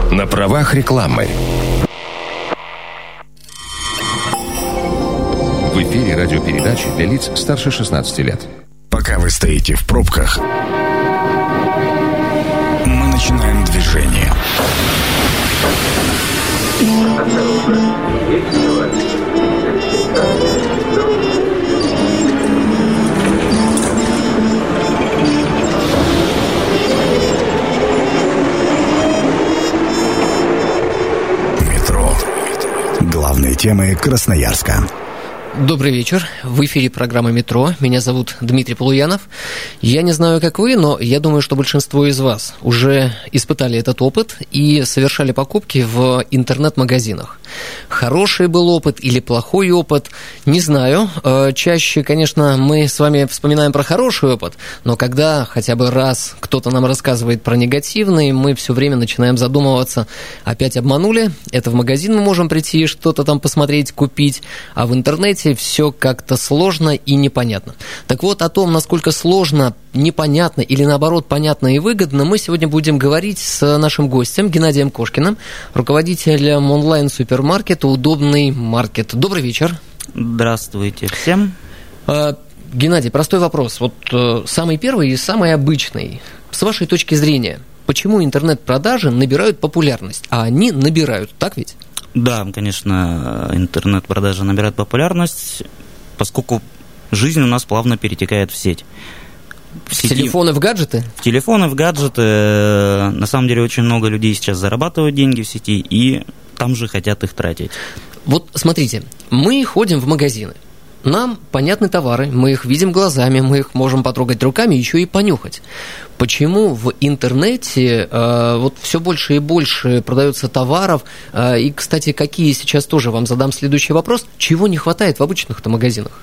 На правах рекламы. В эфире радиопередачи для лиц старше 16 лет. Пока вы стоите в пробках, мы начинаем движение. Метро. Главные темы Красноярска. Добрый вечер. В эфире программа «Метро». Меня зовут Дмитрий Полуянов. Я не знаю, как вы, но я думаю, что большинство из вас уже испытали этот опыт и совершали покупки в интернет-магазинах. Хороший был опыт или плохой опыт, не знаю. Чаще, конечно, мы с вами вспоминаем про хороший опыт, но когда хотя бы раз кто-то нам рассказывает про негативный, мы все время начинаем задумываться, опять обманули, это в магазин мы можем прийти и что-то там посмотреть, купить, а в интернете все как-то сложно и непонятно. Так вот, о том, насколько сложно, непонятно или наоборот понятно и выгодно, мы сегодня будем говорить с нашим гостем Геннадием Кошкиным, руководителем онлайн-супермаркета «Удобный маркет». Добрый вечер. Здравствуйте всем. Геннадий, простой вопрос. Вот самый первый и самый обычный. С вашей точки зрения, почему интернет-продажи набирают популярность? А они набирают, так ведь? Да, конечно, интернет-продажи набирают популярность, поскольку жизнь у нас плавно перетекает в сеть. В телефоны, в гаджеты? В телефоны, в гаджеты. На самом деле очень много людей сейчас зарабатывают деньги в сети и там же хотят их тратить. Вот смотрите, мы ходим в магазины. Нам понятны товары, мы их видим глазами, мы их можем потрогать руками, еще и понюхать. Почему в интернете вот все больше и больше продается товаров? И, кстати, какие сейчас тоже вам задам следующий вопрос. Чего не хватает в обычных-то магазинах?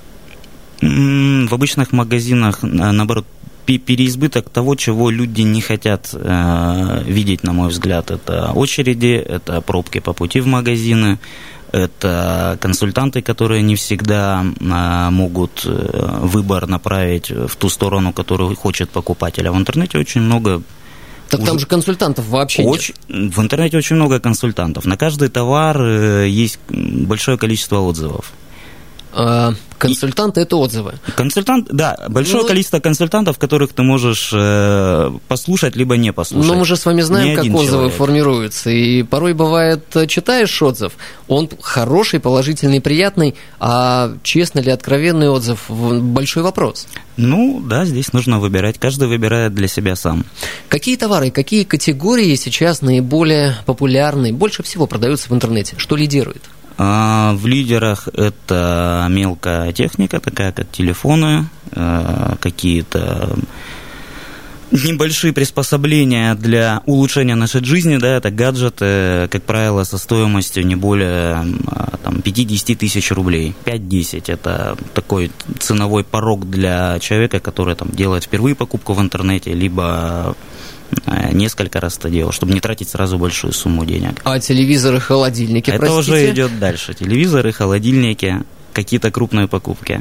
В обычных магазинах, наоборот, переизбыток того, чего люди не хотят видеть, на мой взгляд. Это очереди, это пробки по пути в магазины, это консультанты, которые не всегда могут выбор направить в ту сторону, которую хочет покупатель. А в интернете очень много... Так там же консультантов вообще нет. В интернете очень много консультантов. На каждый товар есть большое количество отзывов. Консультанты – это отзывы. Большое количество консультантов, которых ты можешь послушать, либо не послушать. Но мы же с вами знаем, как отзывы формируются. И порой бывает, читаешь отзыв, он хороший, положительный, приятный, а честный или откровенный отзыв – большой вопрос. Ну, да, здесь нужно выбирать. Каждый выбирает для себя сам. Какие товары, какие категории сейчас наиболее популярны, больше всего продаются в интернете? Что лидирует? В лидерах это мелкая техника, такая как телефоны, какие-то небольшие приспособления для улучшения нашей жизни, да, это гаджеты, как правило, со стоимостью не более 50 тысяч рублей. 5-10 – это такой ценовой порог для человека, который делает впервые покупку в интернете, либо несколько раз это делал, чтобы не тратить сразу большую сумму денег. А телевизоры, холодильники, это уже идет дальше. Телевизоры, холодильники, какие-то крупные покупки.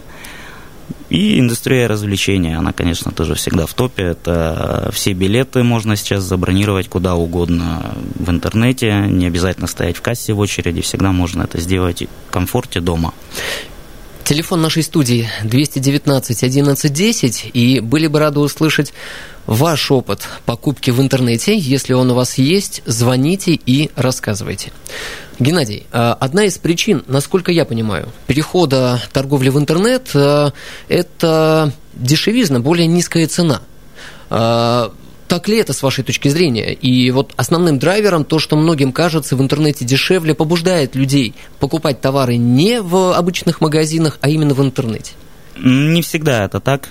И индустрия развлечений, она, конечно, тоже всегда в топе. Это все билеты можно сейчас забронировать куда угодно в интернете. Не обязательно стоять в кассе в очереди. Всегда можно это сделать в комфорте дома. Телефон нашей студии 219 11 10, и были бы рады услышать ваш опыт покупки в интернете. Если он у вас есть, звоните и рассказывайте. Геннадий, одна из причин, насколько я понимаю, перехода торговли в интернет – это дешевизна, более низкая цена. Так ли это с вашей точки зрения? И вот основным драйвером то, что многим кажется в интернете дешевле, побуждает людей покупать товары не в обычных магазинах, а именно в интернете. Не всегда это так.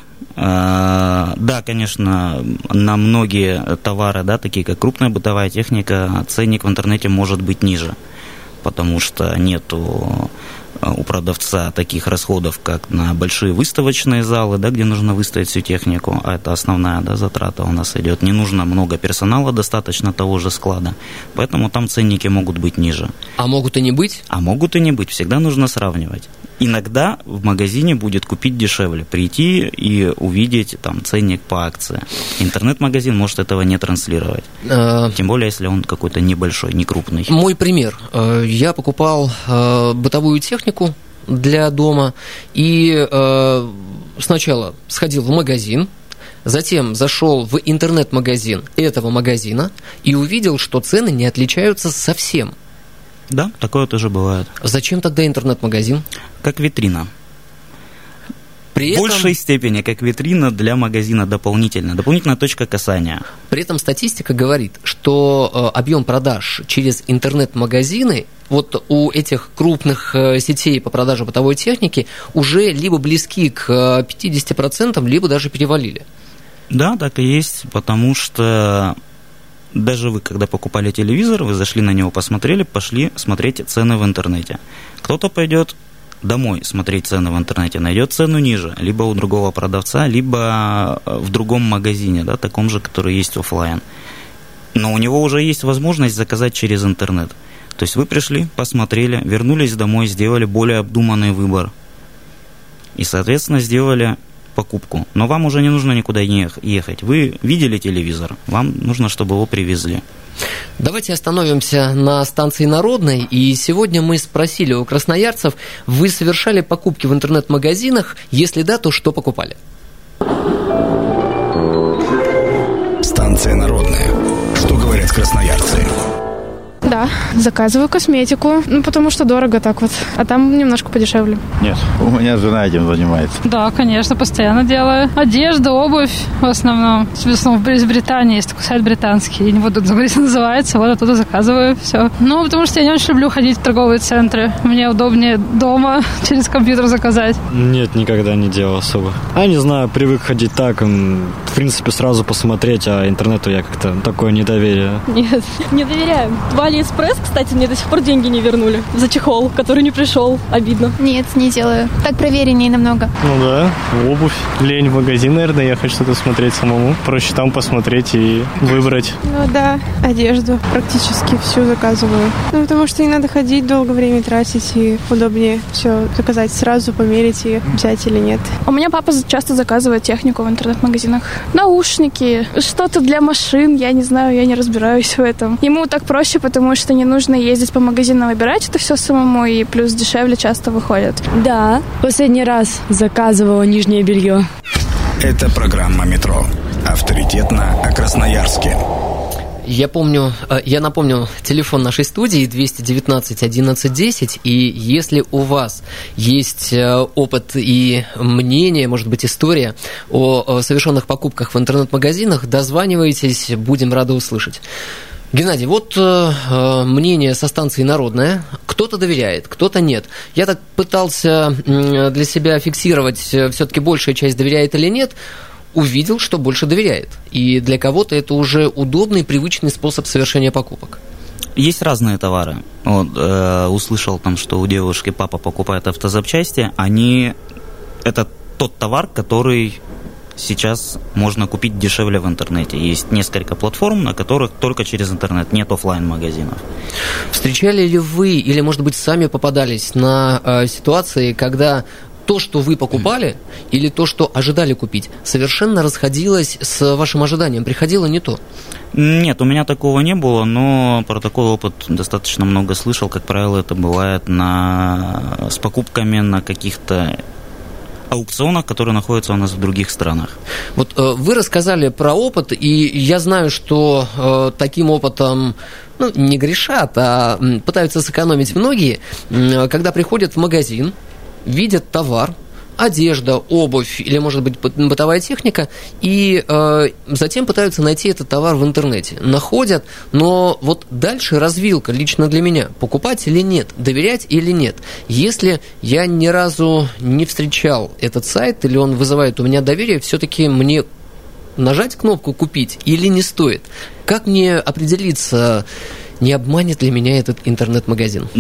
Да, конечно, на многие товары, да, такие как крупная бытовая техника, ценник в интернете может быть ниже, потому что нету у продавца таких расходов, как на большие выставочные залы, да, где нужно выставить всю технику, а это основная, да, затрата у нас идет. Не нужно много персонала, достаточно того же склада, поэтому там ценники могут быть ниже. А могут и не быть? А могут и не быть, всегда нужно сравнивать. Иногда в магазине будет купить дешевле, прийти и увидеть там ценник по акции. Интернет-магазин может этого не транслировать, тем более, если он какой-то небольшой, не крупный. Мой пример. Я покупал бытовую технику для дома и сначала сходил в магазин, затем зашел в интернет-магазин этого магазина и увидел, что цены не отличаются совсем. Да, такое тоже бывает. Зачем тогда интернет-магазин? Как витрина. При в большей степени как витрина для магазина дополнительная точка касания. При этом статистика говорит, что объем продаж через интернет-магазины вот у этих крупных сетей по продаже бытовой техники уже либо близки к 50%, либо даже перевалили. Да, так и есть, потому что даже вы, когда покупали телевизор, вы зашли на него, посмотрели, пошли смотреть цены в интернете. Кто-то пойдет домой смотреть цены в интернете, найдет цену ниже, либо у другого продавца, либо в другом магазине, да, таком же, который есть офлайн. Но у него уже есть возможность заказать через интернет. То есть вы пришли, посмотрели, вернулись домой, сделали более обдуманный выбор. И, соответственно, сделали покупку. Но вам уже не нужно никуда ехать. Вы видели телевизор, вам нужно, чтобы его привезли. Давайте остановимся на станции Народной. И сегодня мы спросили у красноярцев, вы совершали покупки в интернет-магазинах? Если да, то что покупали? Станция Народная. Что говорят красноярцы? Да, заказываю косметику, потому что дорого так вот, а там немножко подешевле. Нет, у меня жена этим занимается. Да, конечно, постоянно делаю. Одежда, обувь в основном. Из Британии есть такой сайт британский, я не буду говорить, называется, вот оттуда заказываю все. Ну, потому что я не очень люблю ходить в торговые центры. Мне удобнее дома через компьютер заказать. Нет, никогда не делал особо. Я не знаю, привык ходить так, в принципе, сразу посмотреть, а интернету я как-то такое недоверие. Нет, не доверяю. Алиэкспресс, кстати, мне до сих пор деньги не вернули за чехол, который не пришел. Обидно. Нет, не делаю. Так провереннее намного. Ну да, обувь. Лень в магазин, наверное, ехать что-то смотреть самому. Проще там посмотреть и выбрать. Ну да, одежду практически всю заказываю. Ну, потому что не надо ходить, долго время тратить, и удобнее все заказать сразу, померить и взять или нет. У меня папа часто заказывает технику в интернет-магазинах. Наушники, что-то для машин, я не знаю, я не разбираюсь в этом. Ему так проще, потому что не нужно ездить по магазинам, выбирать это все самому, и плюс дешевле часто выходит. Да, последний раз заказывала нижнее белье. Это программа «Метро». Авторитетно о Красноярске. Я напомню, телефон нашей студии 219 11 10, и если у вас есть опыт и мнение, может быть, история о совершенных покупках в интернет-магазинах, дозванивайтесь, будем рады услышать. Геннадий, вот мнение со станции Народная. Кто-то доверяет, кто-то нет. Я так пытался для себя фиксировать, все-таки большая часть доверяет или нет. Увидел, что больше доверяет. И для кого-то это уже удобный, привычный способ совершения покупок. Есть разные товары. Вот, услышал там, что у девушки папа покупает автозапчасти. Это тот товар, который сейчас можно купить дешевле в интернете. Есть несколько платформ, на которых только через интернет, нет офлайн-магазинов. Встречали ли вы, или, может быть, сами попадались на ситуации, когда то, что вы покупали, или то, что ожидали купить, совершенно расходилось с вашим ожиданием, приходило не то? Нет, у меня такого не было, но про такой опыт достаточно много слышал. Как правило, это бывает с покупками на каких-то аукционах, которые находятся у нас в других странах. Вот вы рассказали про опыт, и я знаю, что таким опытом не грешат, а пытаются сэкономить многие, когда приходят в магазин, видят товар, одежда, обувь или, может быть, бытовая техника, и затем пытаются найти этот товар в интернете. Находят, но вот дальше развилка лично для меня. Покупать или нет, доверять или нет. Если я ни разу не встречал этот сайт, или он вызывает у меня доверие, все-таки мне нажать кнопку «Купить» или не стоит? Как мне определиться, не обманет ли меня этот интернет-магазин?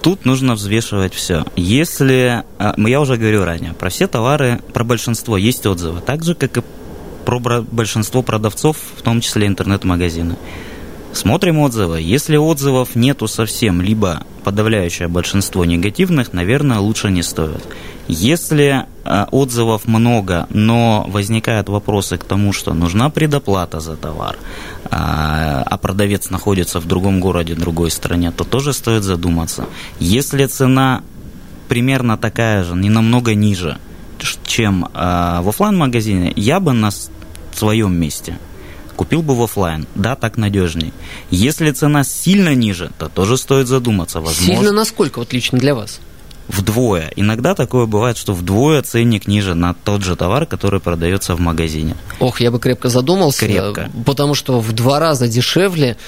Тут нужно взвешивать все. Если, я уже говорил ранее, про все товары, про большинство есть отзывы, так же, как и про большинство продавцов, в том числе интернет-магазины. Смотрим отзывы. Если отзывов нету совсем, либо подавляющее большинство негативных, наверное, лучше не стоит. Если отзывов много, но возникают вопросы к тому, что нужна предоплата за товар, а продавец находится в другом городе, в другой стране, то тоже стоит задуматься. Если цена примерно такая же, не намного ниже, чем в офлайн-магазине, я бы на своем месте купил бы в офлайн. Да, так надежней. Если цена сильно ниже, то тоже стоит задуматься. Возможно, сильно насколько, вот лично для вас? Вдвое. Иногда такое бывает, что вдвое ценник ниже на тот же товар, который продается в магазине. Ох, я бы крепко задумался. Крепко. Потому что в 2 раза дешевле.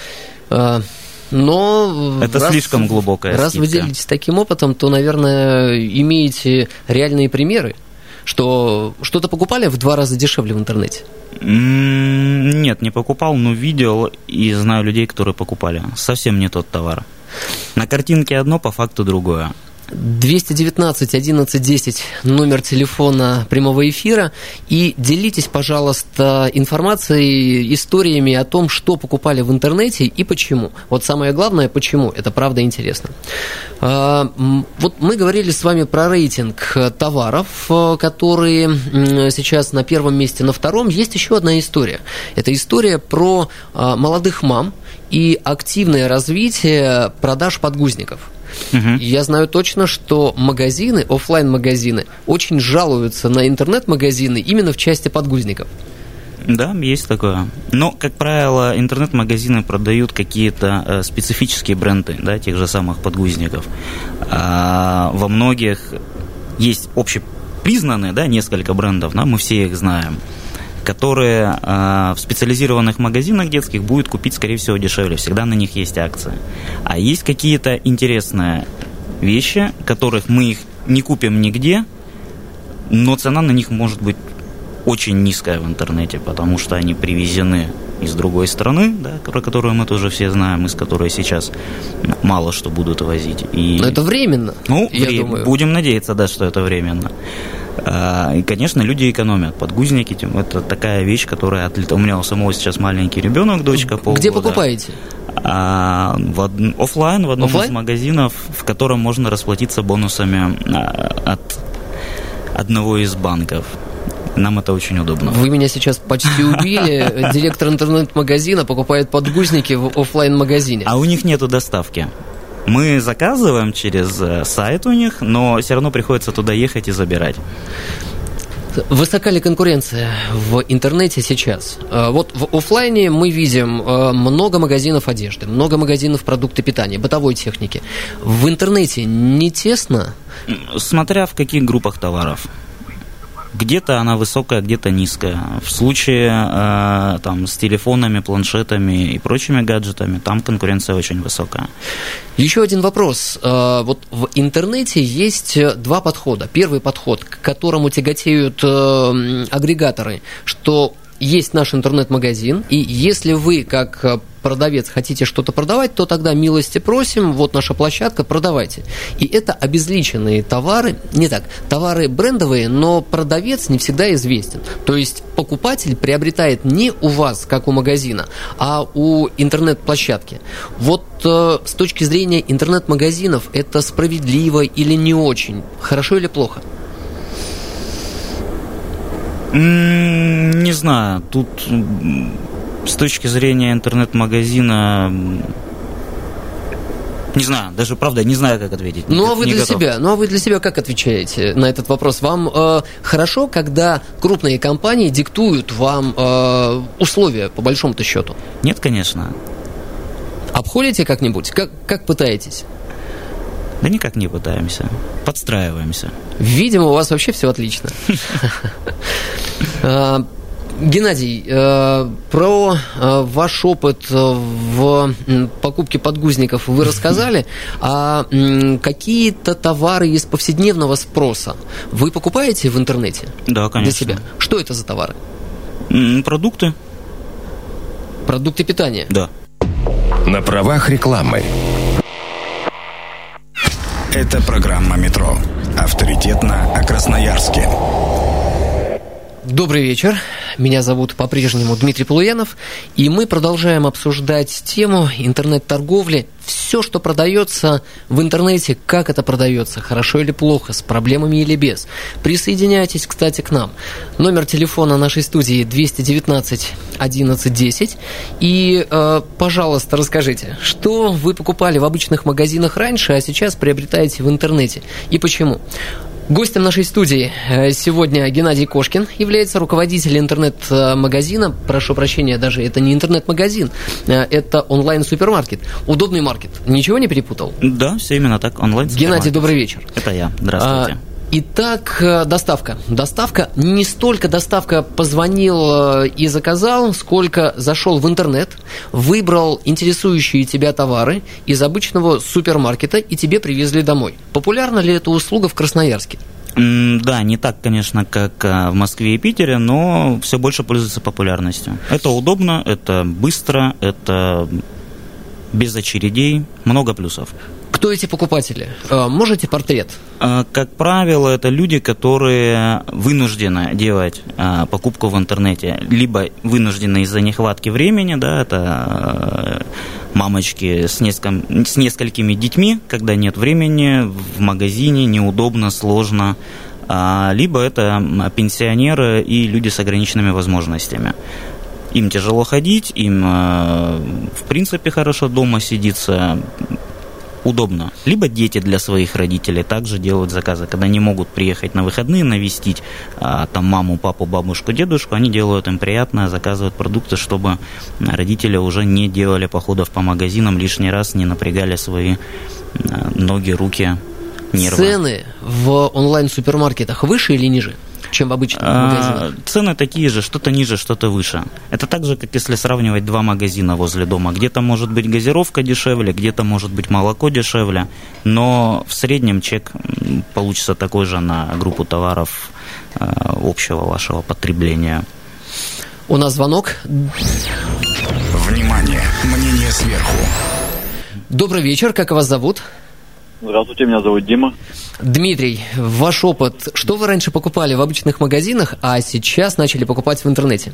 Но это слишком глубокая скидка. Раз вы делитесь таким опытом, то, наверное, имеете реальные примеры, что что-то покупали в 2 раза дешевле в интернете? Нет, не покупал, но видел и знаю людей, которые покупали. Совсем не тот товар. На картинке одно, по факту другое. 219 11 10 номер телефона прямого эфира. И делитесь, пожалуйста, информацией, историями о том, что покупали в интернете и почему. Вот самое главное, почему. Это правда интересно. Вот мы говорили с вами про рейтинг товаров, которые сейчас на первом месте, на втором. Есть еще одна история. Это история про молодых мам и активное развитие продаж подгузников. Я знаю точно, что магазины, офлайн-магазины, очень жалуются на интернет-магазины именно в части подгузников. Да, есть такое. Но, как правило, интернет-магазины продают какие-то специфические бренды, да, тех же самых подгузников. Во многих есть общепризнанные, да, несколько брендов, да, мы все их знаем, которые в специализированных магазинах детских будет купить, скорее всего, дешевле. Всегда на них есть акции. А есть какие-то интересные вещи, которых мы их не купим нигде, но цена на них может быть очень низкая в интернете, потому что они привезены из другой страны, да, про которую мы тоже все знаем, из которой сейчас мало что будут возить. Но это временно, я думаю. Будем надеяться, да, что это временно. И, конечно, люди экономят. Подгузники – это такая вещь, которая у меня у самого сейчас маленький ребенок, дочка полгода. Где покупаете? Офлайн, в одном из магазинов, в котором можно расплатиться бонусами от одного из банков. Нам это очень удобно. Вы меня сейчас почти убили. Директор интернет-магазина покупает подгузники в офлайн-магазине. А у них нету доставки. Мы заказываем через сайт у них, но все равно приходится туда ехать и забирать. Высока ли конкуренция в интернете сейчас? Вот в офлайне мы видим много магазинов одежды, много магазинов продукты питания, бытовой техники. В интернете не тесно? Смотря в каких группах товаров. Где-то она высокая, где-то низкая. В случае с телефонами, планшетами и прочими гаджетами, там конкуренция очень высокая. Еще один вопрос. Вот в интернете есть 2 подхода. Первый подход, к которому тяготеют агрегаторы, что есть наш интернет-магазин, и если вы, как продавец, хотите что-то продавать, то тогда милости просим, вот наша площадка, продавайте. И это обезличенные товары, товары брендовые, но продавец не всегда известен. То есть покупатель приобретает не у вас, как у магазина, а у интернет-площадки. Вот с точки зрения интернет-магазинов, это справедливо или не очень? Хорошо или плохо? Не знаю, тут с точки зрения интернет-магазина не знаю, даже правда не знаю, как ответить. А вы для себя как отвечаете на этот вопрос? Вам хорошо, когда крупные компании диктуют вам условия, по большому-то счету? Нет, конечно. Обходите как-нибудь? Как пытаетесь? Да никак не пытаемся. Подстраиваемся. Видимо, у вас вообще все отлично. Геннадий, про ваш опыт в покупке подгузников вы рассказали, а какие-то товары из повседневного спроса вы покупаете в интернете? Да, конечно. Для себя? Что это за товары? Продукты. Продукты питания? Да. На правах рекламы. Это программа «Метро». Авторитетно о Красноярске. Добрый вечер. Меня зовут по-прежнему Дмитрий Полуянов, и мы продолжаем обсуждать тему интернет-торговли. Все, что продается в интернете, как это продается, хорошо или плохо, с проблемами или без. Присоединяйтесь, кстати, к нам. Номер телефона нашей студии 219 11 10. И, пожалуйста, расскажите, что вы покупали в обычных магазинах раньше, а сейчас приобретаете в интернете, и почему? Гостем нашей студии сегодня Геннадий Кошкин, является руководителем интернет-магазина. Прошу прощения, даже это не интернет-магазин, это онлайн-супермаркет. Удобный маркет. Ничего не перепутал? Да, все именно так, онлайн-супермаркет. Геннадий, добрый вечер. Это я, здравствуйте. Итак, доставка. Доставка, не столько доставка позвонил и заказал, сколько зашел в интернет, выбрал интересующие тебя товары из обычного супермаркета и тебе привезли домой. Популярна ли эта услуга в Красноярске? Да, не так, конечно, как в Москве и Питере, но все больше пользуется популярностью. Это удобно, это быстро, это без очередей, много плюсов. Кто эти покупатели? Можете портрет? Как правило, это люди, которые вынуждены делать покупку в интернете, либо вынуждены из-за нехватки времени, да, это мамочки с несколькими детьми, когда нет времени, в магазине неудобно, сложно, либо это пенсионеры и люди с ограниченными возможностями. Им тяжело ходить, им, в принципе, хорошо дома сидится, удобно. Либо дети для своих родителей также делают заказы, когда не могут приехать на выходные, навестить там маму, папу, бабушку, дедушку, они делают им приятно, заказывают продукты, чтобы родители уже не делали походов по магазинам лишний раз, не напрягали свои ноги, руки, нервы. Цены в онлайн-супермаркетах выше или ниже, чем в обычных магазинах? Цены такие же, что-то ниже, что-то выше. Это так же, как если сравнивать два магазина возле дома. Где-то может быть газировка дешевле, где-то может быть молоко дешевле, но в среднем чек получится такой же на группу товаров общего вашего потребления. У нас звонок. Внимание! Мнение сверху. Добрый вечер, как вас зовут? Здравствуйте, меня зовут Дима. Дмитрий, ваш опыт. Что вы раньше покупали в обычных магазинах, а сейчас начали покупать в интернете?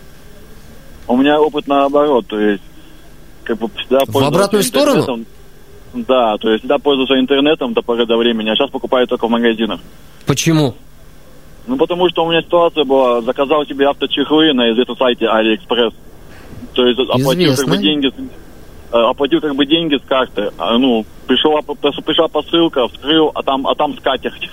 У меня опыт наоборот, то есть как бы всегда в обратную сторону? Да, то есть всегда пользовался интернетом до поры до времени, а сейчас покупаю только в магазинах. Почему? Ну, потому что у меня ситуация была, заказал себе авточехлы на известном сайте AliExpress. То есть оплатил как бы деньги с карты. Пришла посылка, вскрыл, а там скатерть.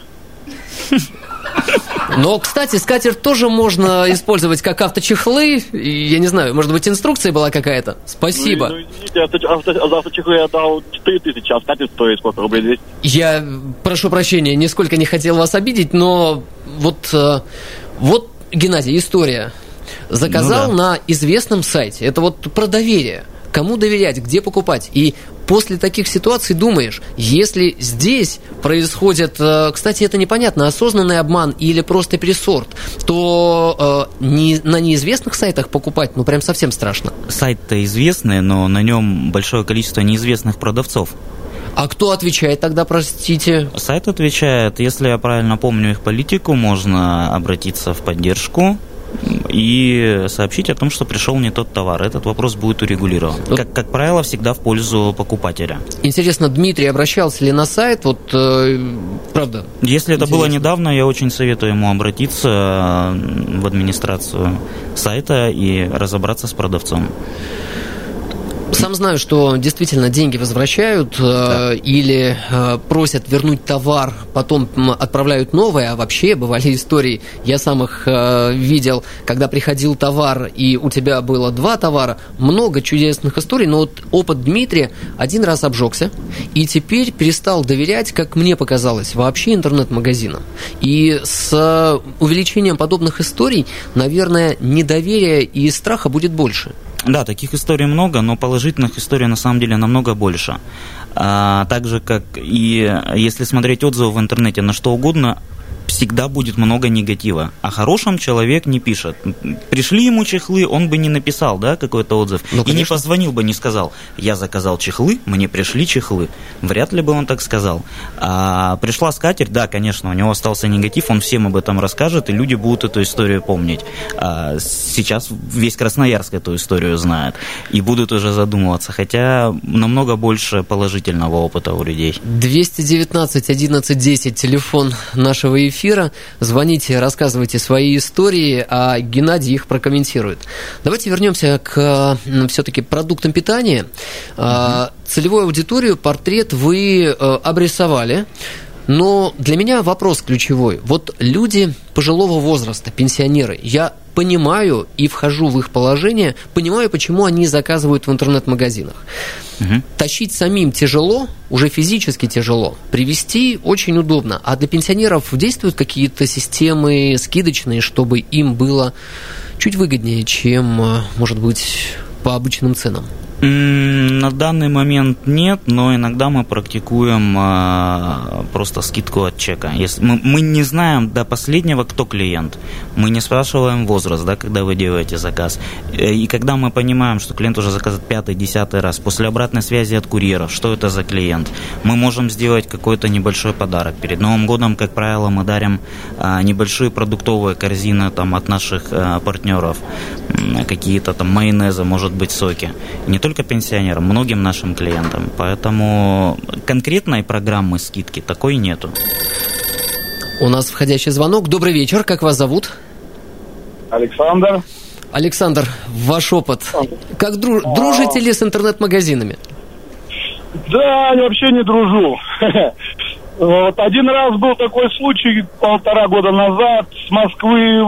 Но, кстати, скатерть тоже можно использовать как авточехлы. Я не знаю, может быть, инструкция была какая-то? Спасибо. Извините, за авточехлы я дал 4000, а скатерть стоит сколько? Рублей 200? Я прошу прощения, нисколько не хотел вас обидеть, но вот Геннадий, история. Заказал на известном сайте. Это вот про доверие. Кому доверять, где покупать. И после таких ситуаций думаешь, если здесь происходит, кстати, это непонятно, осознанный обман или просто пересорт, то на неизвестных сайтах покупать, прям совсем страшно. Сайт-то известный, но на нем большое количество неизвестных продавцов. А кто отвечает тогда, простите? Сайт отвечает, если я правильно помню их политику, можно обратиться в поддержку и сообщить о том, что пришел не тот товар. Этот вопрос будет урегулирован. Как правило, всегда в пользу покупателя. Интересно, Дмитрий обращался ли на сайт? Правда. Если это было недавно, я очень советую ему обратиться в администрацию сайта и разобраться с продавцом. Сам знаю, что действительно деньги возвращают или просят вернуть товар, потом отправляют новое, а вообще бывали истории, я сам их видел, когда приходил товар и у тебя было 2 товара, много чудесных историй, но вот опыт Дмитрия один раз обжегся и теперь перестал доверять, как мне показалось, вообще интернет-магазинам. И с увеличением подобных историй, наверное, недоверия и страха будет больше. Да, таких историй много, но положительных историй на самом деле намного больше. Так же, как и если смотреть отзывы в интернете на что угодно, всегда будет много негатива. О хорошем человек не пишет. Пришли ему чехлы, он бы не написал, да, какой-то отзыв. И не позвонил бы, не сказал: я заказал чехлы, мне пришли чехлы. Вряд ли бы он так сказал. А пришла скатерть, да, конечно, у него остался негатив, он всем об этом расскажет, и люди будут эту историю помнить. А сейчас весь Красноярск эту историю знает. И будут уже задумываться. Хотя намного больше положительного опыта у людей. 219 11 10, телефон нашего эфира. Звоните, рассказывайте свои истории, а Геннадий их прокомментирует. Давайте вернемся к все-таки продуктам питания. Целевую аудиторию, портрет вы обрисовали. Но для меня вопрос ключевой. Вот люди пожилого возраста, пенсионеры, я понимаю и вхожу в их положение, понимаю, почему они заказывают в интернет-магазинах. Тащить самим тяжело, уже физически тяжело, привезти очень удобно. А для пенсионеров действуют какие-то системы скидочные, чтобы им было чуть выгоднее, чем, может быть, по обычным ценам? На данный момент нет, но иногда мы практикуем просто скидку от чека. Если мы не знаем до последнего, кто клиент. Мы не спрашиваем возраст, да, когда вы делаете заказ. И когда мы понимаем, что клиент уже заказывает 5-10 раз, после обратной связи от курьеров, что это за клиент, мы можем сделать какой-то небольшой подарок. Перед Новым годом, как правило, мы дарим небольшие продуктовые корзины там, от наших партнеров, какие-то там майонезы, может быть, соки. Не только пенсионерам, многим нашим клиентам. Поэтому конкретной программы скидки такой нету. У нас входящий звонок. Добрый вечер. Как вас зовут? Александр. Александр, ваш опыт. Как дружите ли с интернет-магазинами? Да, я вообще не дружу. Вот один раз был такой случай 1,5 года назад. С Москвы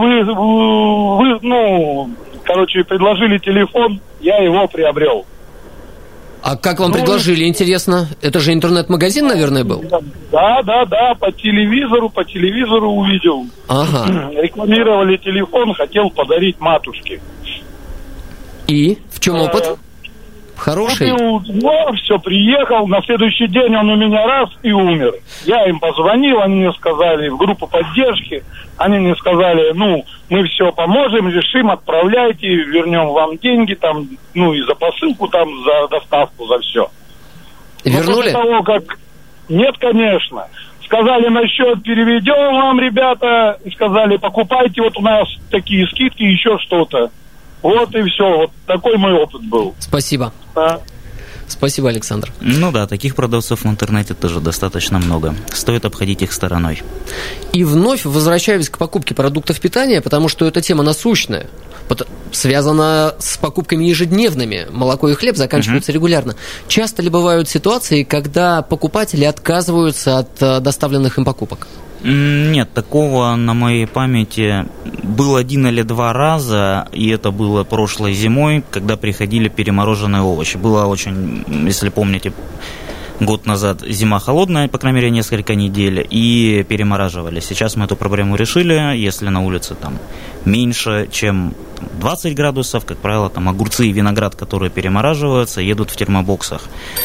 предложили телефон, я его приобрел. А как вам предложили, интересно? Это же интернет-магазин, наверное, был? Да, по телевизору увидел. Ага. Рекламировали телефон, хотел подарить матушке. И? В чем опыт? Хороший? Все, приехал, на следующий день он у меня раз и умер. Я им позвонил, они мне сказали, в группу поддержки, они мне сказали, мы все поможем, решим, отправляйте, вернем вам деньги, там, и за посылку, там, за доставку, за все. Вернули? После того, как... Нет, конечно. Сказали, на счет переведем вам, ребята, и сказали, покупайте, вот у нас такие скидки, еще что-то. Вот и все, вот такой мой опыт был. Спасибо. Да. Спасибо, Александр. Таких продавцов в интернете тоже достаточно много. Стоит обходить их стороной. И вновь возвращаюсь к покупке продуктов питания, потому что эта тема насущная, связана с покупками ежедневными. Молоко и хлеб заканчиваются регулярно. Часто ли бывают ситуации, когда покупатели отказываются от доставленных им покупок? Нет, такого на моей памяти был 1 или 2 раза, и это было прошлой зимой, когда приходили перемороженные овощи. Было очень, если помните, год назад зима холодная, по крайней мере, несколько недель, и перемораживали. Сейчас мы эту проблему решили. Если на улице там меньше, чем 20 градусов, как правило, там огурцы и виноград, которые перемораживаются, едут в термобоксах.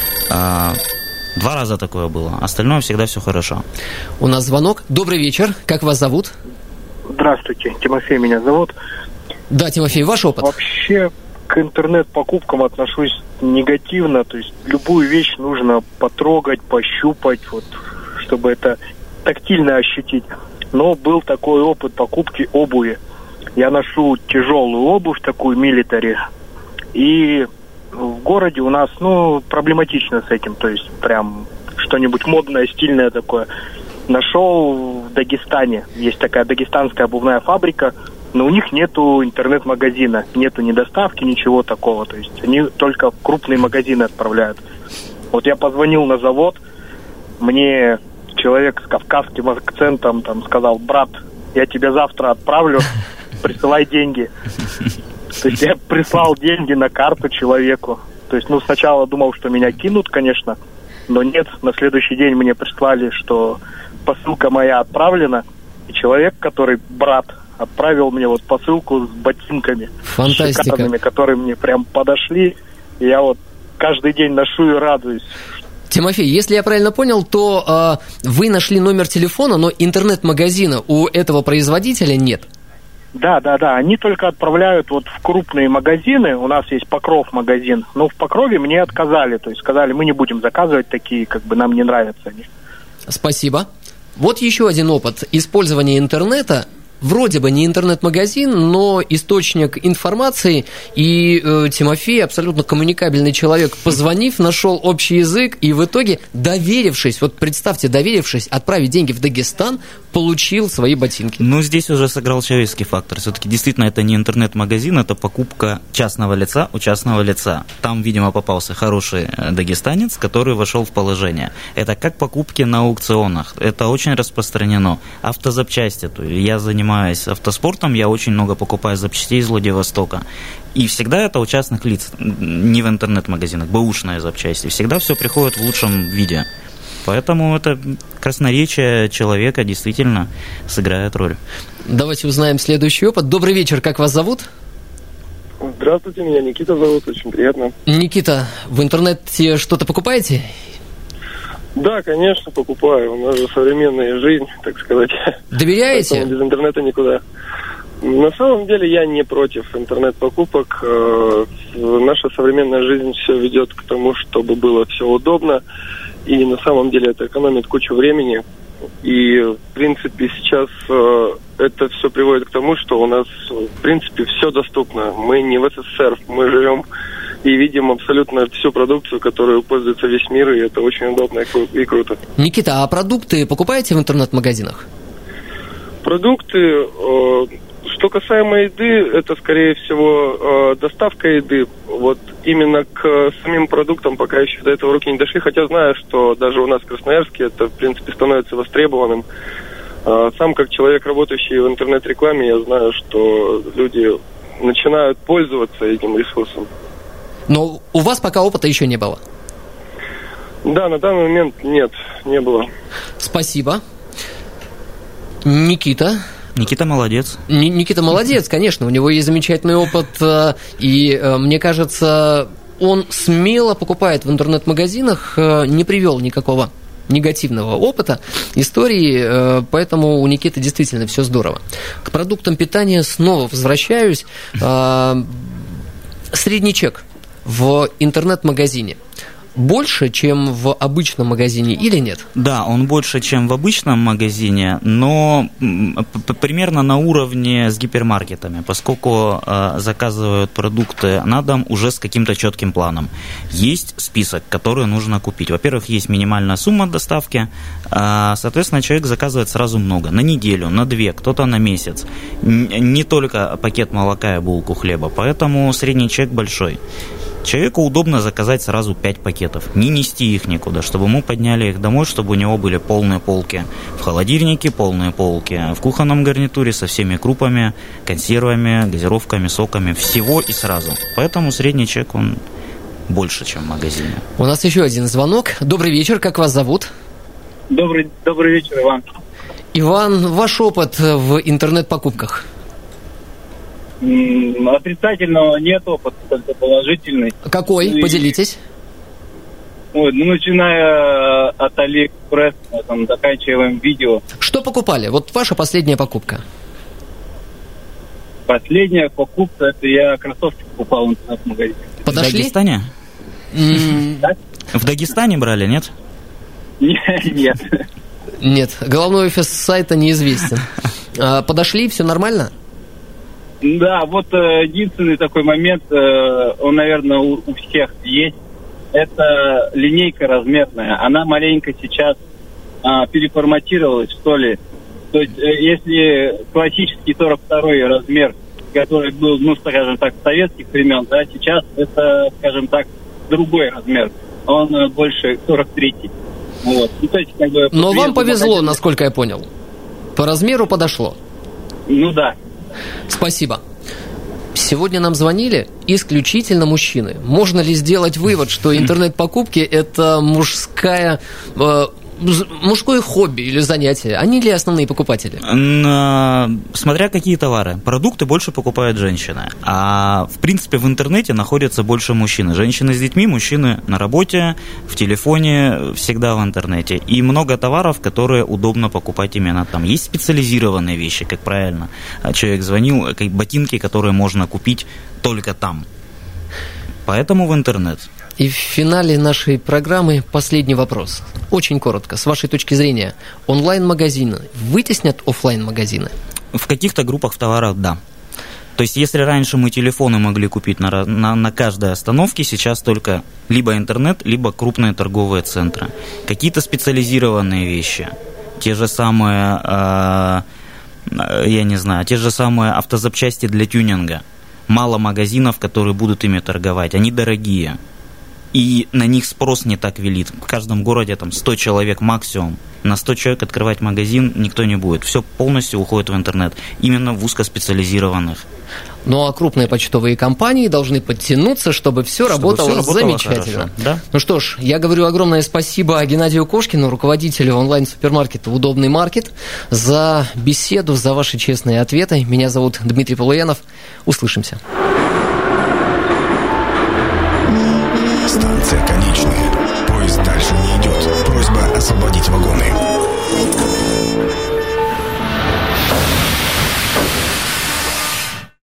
2 раза такое было. Остальное всегда все хорошо. У нас звонок. Добрый вечер. Как вас зовут? Здравствуйте. Тимофей меня зовут. Да, Тимофей, ваш опыт? Вообще к интернет-покупкам отношусь негативно. То есть любую вещь нужно потрогать, пощупать, вот, чтобы это тактильно ощутить. Но был такой опыт покупки обуви. Я ношу тяжелую обувь, такую милитари. И в городе у нас, проблематично с этим. То есть прям что-нибудь модное, стильное такое. Нашел в Дагестане. Есть такая дагестанская обувная фабрика, но у них нету интернет-магазина. Нету ни доставки, ничего такого. То есть они только в крупные магазины отправляют. Вот я позвонил на завод. Мне человек с кавказским акцентом там сказал: брат, я тебе завтра отправлю, присылай деньги. То есть я прислал деньги на карту человеку. То есть, сначала думал, что меня кинут, конечно, но нет. На следующий день мне прислали, что посылка моя отправлена, и человек, который брат, отправил мне вот посылку с ботинками. Фантастика. Шикарными, которые мне прям подошли. И я вот каждый день ношу и радуюсь. Тимофей, если я правильно понял, то вы нашли номер телефона, но интернет-магазина у этого производителя нет. Да, они только отправляют вот в крупные магазины, у нас есть Покров магазин, но в Покрове мне отказали, то есть сказали, мы не будем заказывать такие, как бы нам не нравятся они. Спасибо. Вот еще один опыт использования интернета. Вроде бы не интернет-магазин, но источник информации, и Тимофей, абсолютно коммуникабельный человек, позвонив, нашел общий язык, и в итоге, доверившись, вот представьте, доверившись отправить деньги в Дагестан, получил свои ботинки. Ну, здесь уже сыграл человеческий фактор. Все-таки действительно это не интернет-магазин, это покупка частного лица у частного лица. Там, видимо, попался хороший дагестанец, который вошел в положение. Это как покупки на аукционах. Это очень распространено. Автозапчасти. Я занимаюсь автоспортом, я очень много покупаю запчастей из Владивостока. И всегда это у частных лиц, не в интернет-магазинах, бэушные запчасти. Всегда все приходит в лучшем виде. Поэтому это красноречие человека действительно сыграет роль. Давайте узнаем следующий опыт. Добрый вечер, как вас зовут? Здравствуйте, меня Никита зовут, очень приятно. Никита, в интернете что-то покупаете? Да, конечно, покупаю. У нас же современная жизнь, так сказать. Доверяете? Поэтому без интернета никуда. На самом деле я не против интернет-покупок. Наша современная жизнь все ведет к тому, чтобы было все удобно. И на самом деле это экономит кучу времени. И, в принципе, сейчас это все приводит к тому, что у нас, в принципе, все доступно. Мы не в СССР, мы живем и видим абсолютно всю продукцию, которую пользуется весь мир, и это очень удобно и круто. Никита, а продукты покупаете в интернет-магазинах? Продукты, что касаемо еды, это, скорее всего, доставка еды. Вот именно к самим продуктам пока еще до этого руки не дошли, хотя знаю, что даже у нас в Красноярске это, в принципе, становится востребованным. Сам, как человек, работающий в интернет-рекламе, я знаю, что люди начинают пользоваться этим ресурсом. Но у вас пока опыта еще не было? Да, на данный момент нет, не было. Спасибо. Никита молодец. Никита молодец, конечно, у него есть замечательный опыт, и мне кажется, он смело покупает в интернет-магазинах, не привел никакого негативного опыта, истории, поэтому у Никиты действительно все здорово. К продуктам питания снова возвращаюсь. Средний чек в интернет-магазине больше, чем в обычном магазине или нет? Да, он больше, чем в обычном магазине, но примерно на уровне с гипермаркетами, поскольку заказывают продукты на дом уже с каким-то четким планом. Есть список, который нужно купить. Во-первых, есть минимальная сумма доставки, соответственно, человек заказывает сразу много, на неделю, на 2, кто-то на месяц. Не только пакет молока и булку хлеба, поэтому средний чек большой. Человеку удобно заказать сразу 5 пакетов, не нести их никуда, чтобы ему подняли их домой, чтобы у него были полные полки. В холодильнике полные полки, в кухонном гарнитуре со всеми крупами, консервами, газировками, соками, всего и сразу. Поэтому средний чек, он больше, чем в магазине. У нас еще один звонок. Добрый вечер, как вас зовут? Добрый вечер, Иван. Иван, ваш опыт в интернет-покупках? Отрицательного нет опыта, только положительный. Какой? Поделитесь. Начиная от Алиэкспресс, заканчиваем видео. Что покупали? Вот ваша последняя покупка. Последняя покупка, это я кроссовки покупал в интернет-магазине. Подошли? В Дагестане? В Дагестане брали, нет? Нет. Нет, головной офис сайта неизвестен. Подошли, все нормально? Да, вот единственный такой момент, он, наверное, у всех есть, это линейка размерная. Она маленько сейчас переформатировалась, что ли. То есть, если классический 42-й размер, который был, скажем так, советских времен, да, сейчас это, скажем так, другой размер. Он больше 43-й. Вот. То есть, но вам повезло, насколько я понял. По размеру подошло. Да. Спасибо. Сегодня нам звонили исключительно мужчины. Можно ли сделать вывод, что интернет-покупки – это мужская мужское хобби или занятие, они ли основные покупатели? Смотря какие товары. Продукты больше покупают женщины. А в принципе в интернете находятся больше мужчин. Женщины с детьми, мужчины на работе, в телефоне, всегда в интернете. И много товаров, которые удобно покупать именно там. Есть специализированные вещи, как правильно человек звонил, как ботинки, которые можно купить только там. Поэтому в интернет. И в финале нашей программы последний вопрос. Очень коротко. С вашей точки зрения, онлайн-магазины вытеснят офлайн-магазины? В каких-то группах товаров, да. То есть, если раньше мы телефоны могли купить на каждой остановке, сейчас только либо интернет, либо крупные торговые центры. Какие-то специализированные вещи. Те же самые, те же самые автозапчасти для тюнинга. Мало магазинов, которые будут ими торговать. Они дорогие. И на них спрос не так велик. В каждом городе там 100 человек максимум. На 100 человек открывать магазин никто не будет. Все полностью уходит в интернет. Именно в узкоспециализированных. Ну а крупные почтовые компании должны подтянуться, чтобы все работало замечательно. Хорошо, да? Ну что ж, я говорю огромное спасибо Геннадию Кошкину, руководителю онлайн-супермаркета «Удобный маркет», за беседу, за ваши честные ответы. Меня зовут Дмитрий Полуянов. Услышимся. Станция конечная. Поезд дальше не идет. Просьба освободить вагоны.